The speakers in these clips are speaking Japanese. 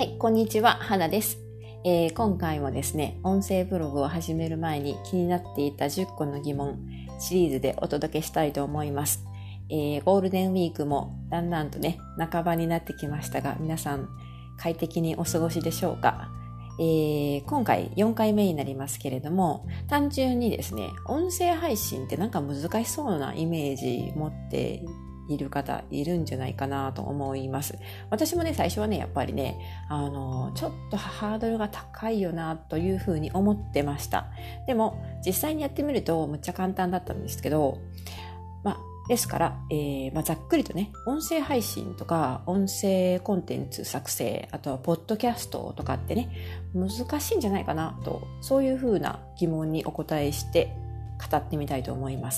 はい、こんにちは、花です。今回もですね、音声ブログを始める前に気になっていた10個の疑問シリーズでお届けしたいと思います。ゴールデンウィークもだんだんとね、半ばになってきましたが、皆さん快適にお過ごしでしょうか。今回4回目になりますけれども、単純にですね、音声配信ってなんか難しそうなイメージ持っている方いるんじゃないかなと思います。私もね、最初はね、やっぱりね、ちょっとハードルが高いよなというふうに思ってました。でも、実際にやってみるとむっちゃ簡単だったんですけど、ですから、ざっくりとね、音声配信とか、音声コンテンツ作成、あとはポッドキャストとかってね、難しいんじゃないかなと、そういうふうな疑問にお答えして語ってみたいと思います。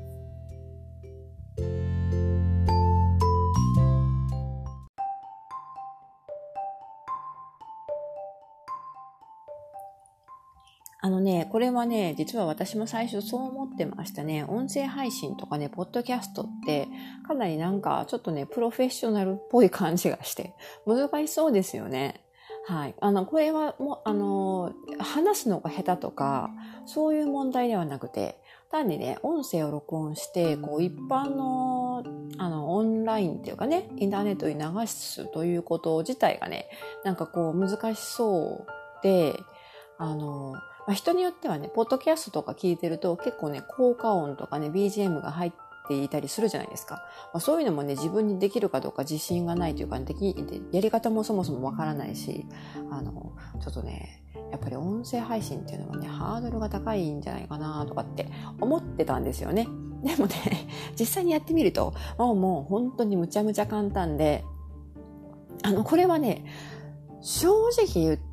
これはね、実は私も最初そう思ってましたね。音声配信とかね、ポッドキャストって、かなりなんかちょっとね、プロフェッショナルっぽい感じがして、難しそうですよね。はい。これはもう、話すのが下手とか、そういう問題ではなくて、単にね、音声を録音して、こう、一般の、オンラインっていうかね、インターネットに流すということ自体がね、なんかこう、難しそうで、人によってはね、ポッドキャストとか聞いてると結構ね、効果音とかね、BGM が入っていたりするじゃないですか。そういうのもね、自分にできるかどうか自信がないというか、やり方もそもそもわからないし、ちょっとね、やっぱり音声配信っていうのはね、ハードルが高いんじゃないかなとかって思ってたんですよね。でもね、実際にやってみると、もう本当にむちゃむちゃ簡単で、これはね、正直言って、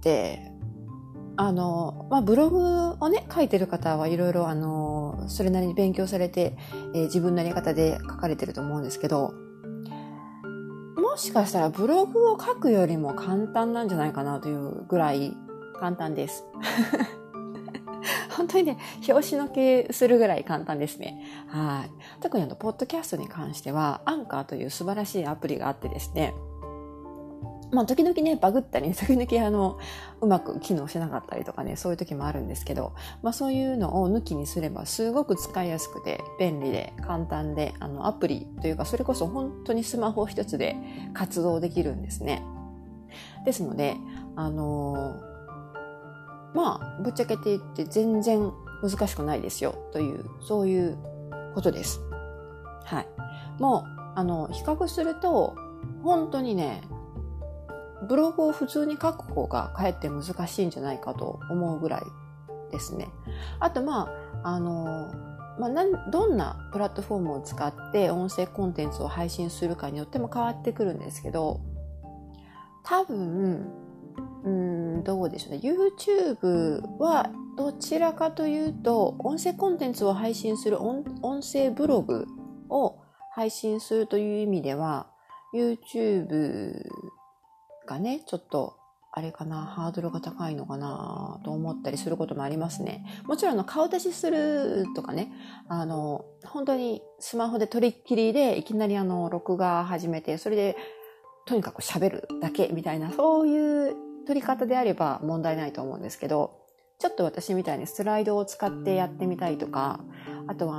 ブログをね、書いてる方はいろいろそれなりに勉強されて、自分のやり方で書かれてると思うんですけど、もしかしたらブログを書くよりも簡単なんじゃないかなというぐらい簡単です。本当にね、拍子のけするぐらい簡単ですね。はい。特にポッドキャストに関しては、アンカーという素晴らしいアプリがあってですね、時々ね、バグったり、時々うまく機能しなかったりとかね、そういう時もあるんですけど、そういうのを抜きにすればすごく使いやすくて、便利で、簡単で、アプリというか、それこそ本当にスマホ一つで活動できるんですね。ですので、ぶっちゃけて言って全然難しくないですよ、という、そういうことです。はい。もう、比較すると、本当にね、ブログを普通に書く方がかえって難しいんじゃないかと思うぐらいですね。あとどんなプラットフォームを使って音声コンテンツを配信するかによっても変わってくるんですけど、多分、どうでしょうね。YouTube はどちらかというと、音声コンテンツを配信する音声ブログを配信するという意味では、YouTubeがね、ちょっとあれかな、ハードルが高いのかなと思ったりすることもありますね。もちろん顔出しするとかね、本当にスマホで取りっきりでいきなり録画始めて、それでとにかく喋るだけみたいな、そういう取り方であれば問題ないと思うんですけど、ちょっと私みたいにスライドを使ってやってみたいとか、あとは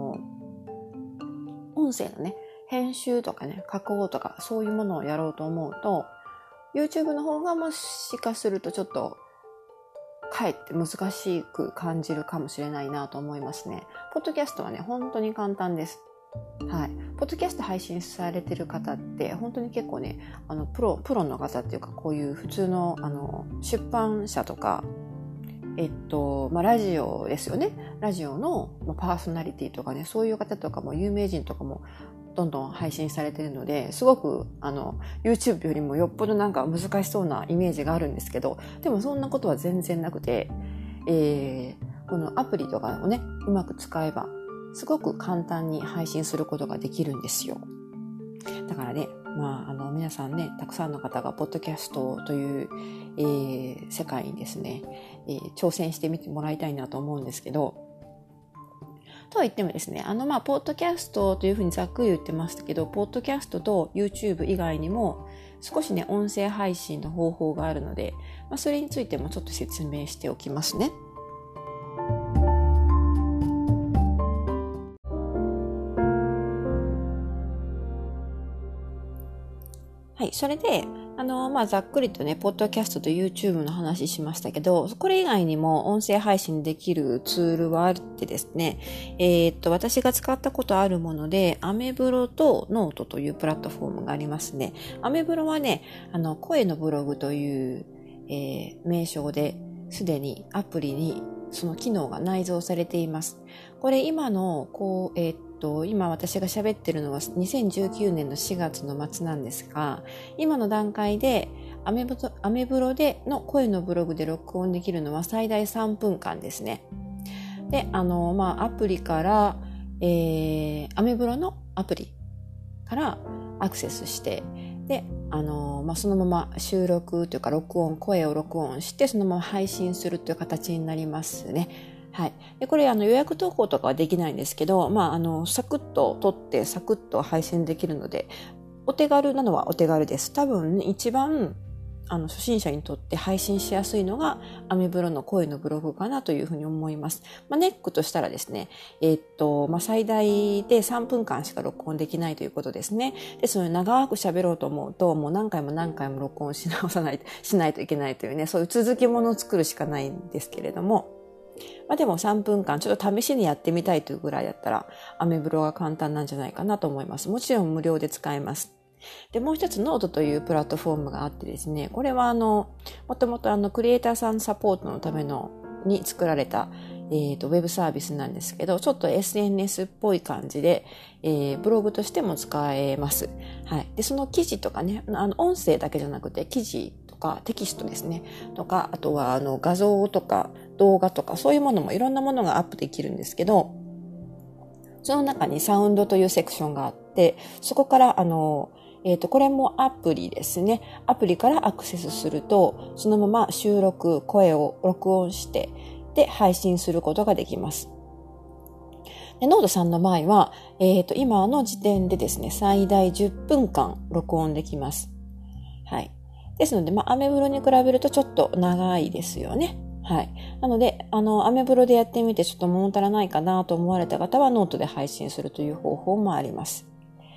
音声のね、編集とかね、加工とかそういうものをやろうと思うと、YouTube の方がもしかするとちょっとかえって難しく感じるかもしれないなと思いますね。ポッドキャストはね、本当に簡単です。はい。ポッドキャスト配信されてる方って本当に結構ね、プロの方っていうか、こういう普通の出版社とか、ラジオですよね。ラジオのパーソナリティとかね、そういう方とかも有名人とかもどんどん配信されているので、すごくYouTube よりもよっぽどなんか難しそうなイメージがあるんですけど、でもそんなことは全然なくて、このアプリとかをね、うまく使えばすごく簡単に配信することができるんですよ。だからね、皆さんね、たくさんの方がポッドキャストという、世界にですね、挑戦してみてもらいたいなと思うんですけど、 とは言ってもですね、ポッドキャストというふうにざっくり言ってましたけど、ポッドキャストと YouTube 以外にも少しね、音声配信の方法があるので、それについてもちょっと説明しておきますね。はい。それで、ざっくりとね、ポッドキャストと YouTube の話しましたけど、これ以外にも音声配信できるツールはあってですね、私が使ったことあるもので、アメブロとノートというプラットフォームがありますね。アメブロはね、声のブログという、名称で、すでにアプリにその機能が内蔵されています。これ今の、今私が喋ってるのは2019年の4月の末なんですが、今の段階でアメブロでの声のブログで録音できるのは最大3分間ですね。で、アプリから、アメブロのアプリからアクセスして、で、そのまま収録というか声を録音してそのまま配信するという形になりますね。はい。で、これ予約投稿とかはできないんですけど、サクッと撮ってサクッと配信できるので、お手軽なのはお手軽です。多分、一番、初心者にとって配信しやすいのが、アメブロの声のブログかなというふうに思います。ネックとしたらですね、最大で3分間しか録音できないということですね。で、その長く喋ろうと思うと、もう何回も録音しないといけないというね、そういう続きものを作るしかないんですけれども、でも3分間ちょっと試しにやってみたいというぐらいだったら、アメブロが簡単なんじゃないかなと思います。もちろん無料で使えます。で、もう一つノートというプラットフォームがあってですね、これはもともとクリエイターさんサポートのために作られた、ウェブサービスなんですけど、ちょっと SNS っぽい感じで、ブログとしても使えます。はい。で、その記事とかね、音声だけじゃなくて記事とかテキストですね。とか、あとは画像とか動画とかそういうものもいろんなものがアップできるんですけど、その中にサウンドというセクションがあって、そこからこれもアプリですね。アプリからアクセスすると、そのまま声を録音して、で、配信することができます。で、ノードさんの場合は、今の時点でですね、最大10分間録音できます。はい。ですので、アメブロに比べるとちょっと長いですよね。はい。なので、アメブロでやってみてちょっと物足らないかなと思われた方はノートで配信するという方法もあります。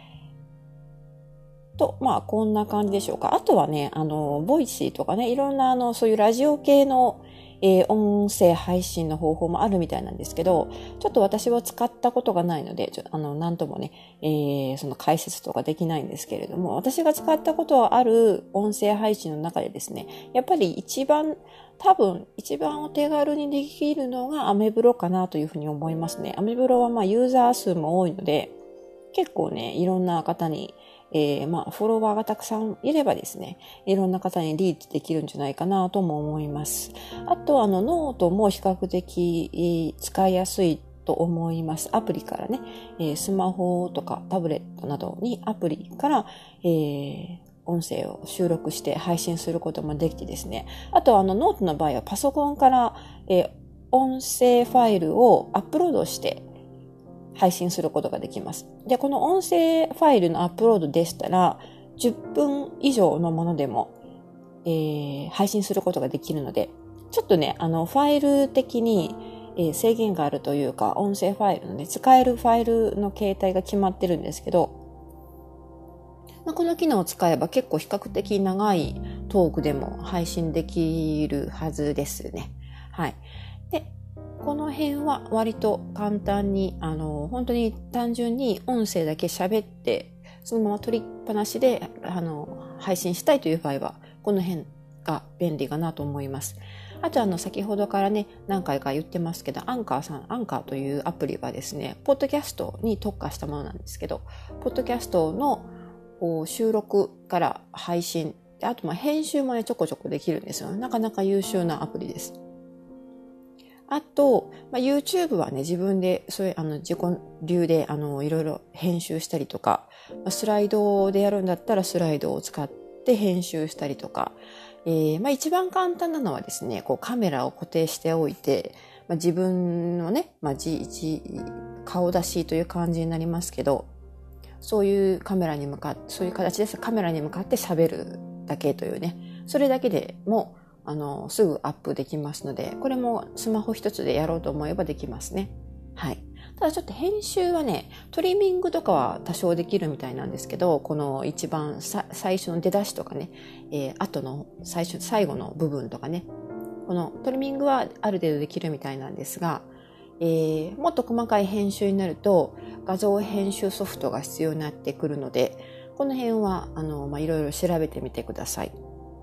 と、こんな感じでしょうか。あとはね、ボイシーとかね、いろんなそういうラジオ系の、音声配信の方法もあるみたいなんですけど、ちょっと私は使ったことがないので、なんともね、その解説とかできないんですけれども、私が使ったことはある音声配信の中でですね、やっぱり一番お手軽にできるのがアメブロかなというふうに思いますね。アメブロはユーザー数も多いので、結構ね、いろんな方にフォロワーがたくさんいればですね、いろんな方にリーチできるんじゃないかなとも思います。あとはノートも比較的使いやすいと思います。アプリからね、スマホとかタブレットなどにアプリから、音声を収録して配信することもできてですね。あとノートの場合はパソコンから、音声ファイルをアップロードして配信することができます。で、この音声ファイルのアップロードでしたら、10分以上のものでも、配信することができるので、ちょっとね、ファイル的に、制限があるというか、音声ファイルのね、使えるファイルの形態が決まってるんですけど、この機能を使えば結構比較的長いトークでも配信できるはずですね。はい。で、この辺は割と簡単に、本当に単純に音声だけ喋って、そのまま取りっぱなしで、配信したいという場合は、この辺が便利かなと思います。あと先ほどからね、何回か言ってますけど、アンカーというアプリはですね、ポッドキャストに特化したものなんですけど、ポッドキャストの収録から配信、あと編集もね、ちょこちょこできるんですよ。なかなか優秀なアプリです。あと、YouTube はね、自分で、自己流で、いろいろ編集したりとか、スライドでやるんだったらスライドを使って編集したりとか、一番簡単なのはですね、カメラを固定しておいて、 自分のね、顔出しという感じになりますけど、そういう形でカメラに向かって喋るだけというね、それだけでもすぐアップできますので、これもスマホ一つでやろうと思えばできますね。はい。ただちょっと編集はね、トリミングとかは多少できるみたいなんですけど、この一番最初の出だしとかね、後の最後の部分とかね、このトリミングはある程度できるみたいなんですが、もっと細かい編集になると画像編集ソフトが必要になってくるので、この辺はいろいろ調べてみてください。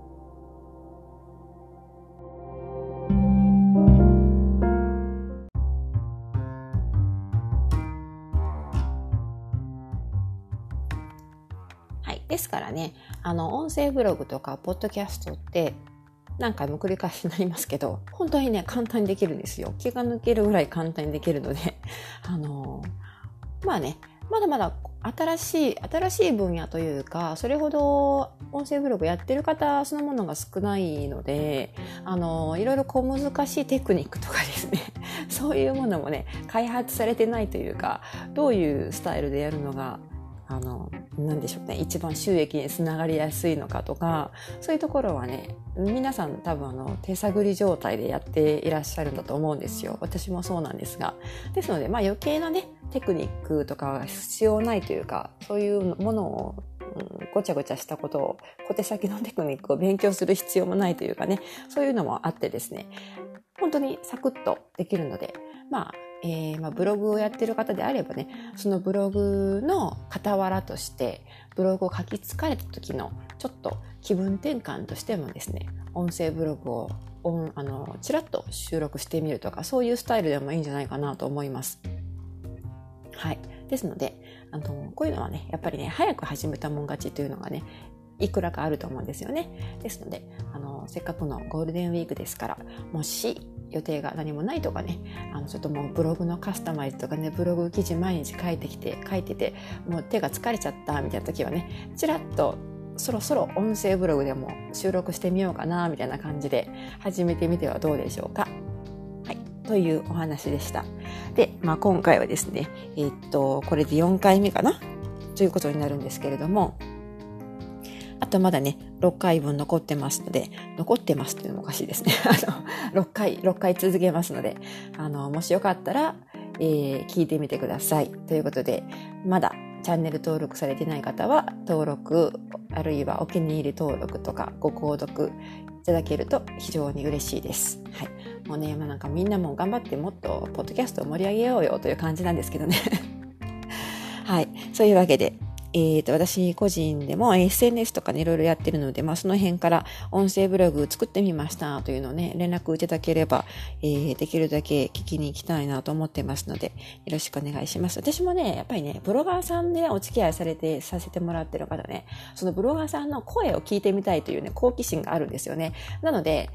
はい。ですからね、音声ブログとかポッドキャストって何回も繰り返しになりますけど、本当にね、簡単にできるんですよ。気が抜けるぐらい簡単にできるので、まあね、まだまだ新しい分野というか、それほど音声ブログやってる方そのものが少ないので、いろいろ難しいテクニックとかですね、そういうものもね、開発されてないというか、どういうスタイルでやるのがなんでしょうね、一番収益につながりやすいのかとか、そういうところはね、皆さん多分手探り状態でやっていらっしゃるんだと思うんですよ。私もそうなんですが。ですので、余計なね、テクニックとかが必要ないというか、そういうものを、ごちゃごちゃしたことを、小手先のテクニックを勉強する必要もないというかね、そういうのもあってですね、本当にサクッとできるので、ブログをやってる方であればね、そのブログの傍らとしてブログを書き疲れた時のちょっと気分転換としてもですね、音声ブログをちらっと収録してみるとか、そういうスタイルでもいいんじゃないかなと思います。はい。ですのでこういうのはね、やっぱりね、早く始めたもん勝ちというのがね、いくらかあると思うんですよね。ですのでせっかくのゴールデンウィークですから、もし予定が何もないとかね、ちょっともうブログのカスタマイズとかね、ブログ記事毎日書いててもう手が疲れちゃったみたいな時はね、ちらっとそろそろ音声ブログでも収録してみようかなみたいな感じで始めてみてはどうでしょうか。はい、というお話でした。で、今回はですね、これで4回目かなということになるんですけれども、あとまだね、6回分残ってますので、残ってますっていうのもおかしいですね。6回続けますので、もしよかったら、聞いてみてください。ということで、まだチャンネル登録されてない方は、登録、あるいはお気に入り登録とかご購読いただけると非常に嬉しいです。はい。もうね、なんかみんなも頑張ってもっとポッドキャストを盛り上げようよという感じなんですけどね。はい。そういうわけで、私個人でも SNS とかね、いろいろやってるので、その辺から音声ブログ作ってみましたというのをね、連絡いただければ、できるだけ聞きに行きたいなと思ってますので、よろしくお願いします。私もね、やっぱりね、ブロガーさんでお付き合いさせてもらってる方ね、そのブロガーさんの声を聞いてみたいというね、好奇心があるんですよね。なので、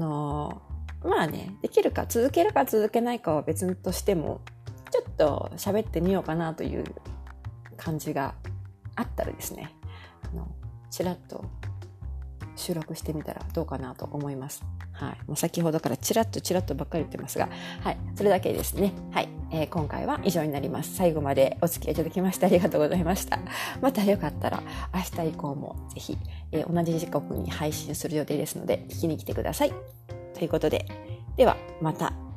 できるか続けるか続けないかは別としても、ちょっと喋ってみようかなという感じがあったらですね、ちらっと収録してみたらどうかなと思います。はい。もう先ほどからちらっとばっかり言ってますが、はい。それだけですね。はい。今回は以上になります。最後までお付き合いいただきましてありがとうございました。またよかったら明日以降もぜひ、同じ時刻に配信する予定ですので聞きに来てください。ということで、ではまた。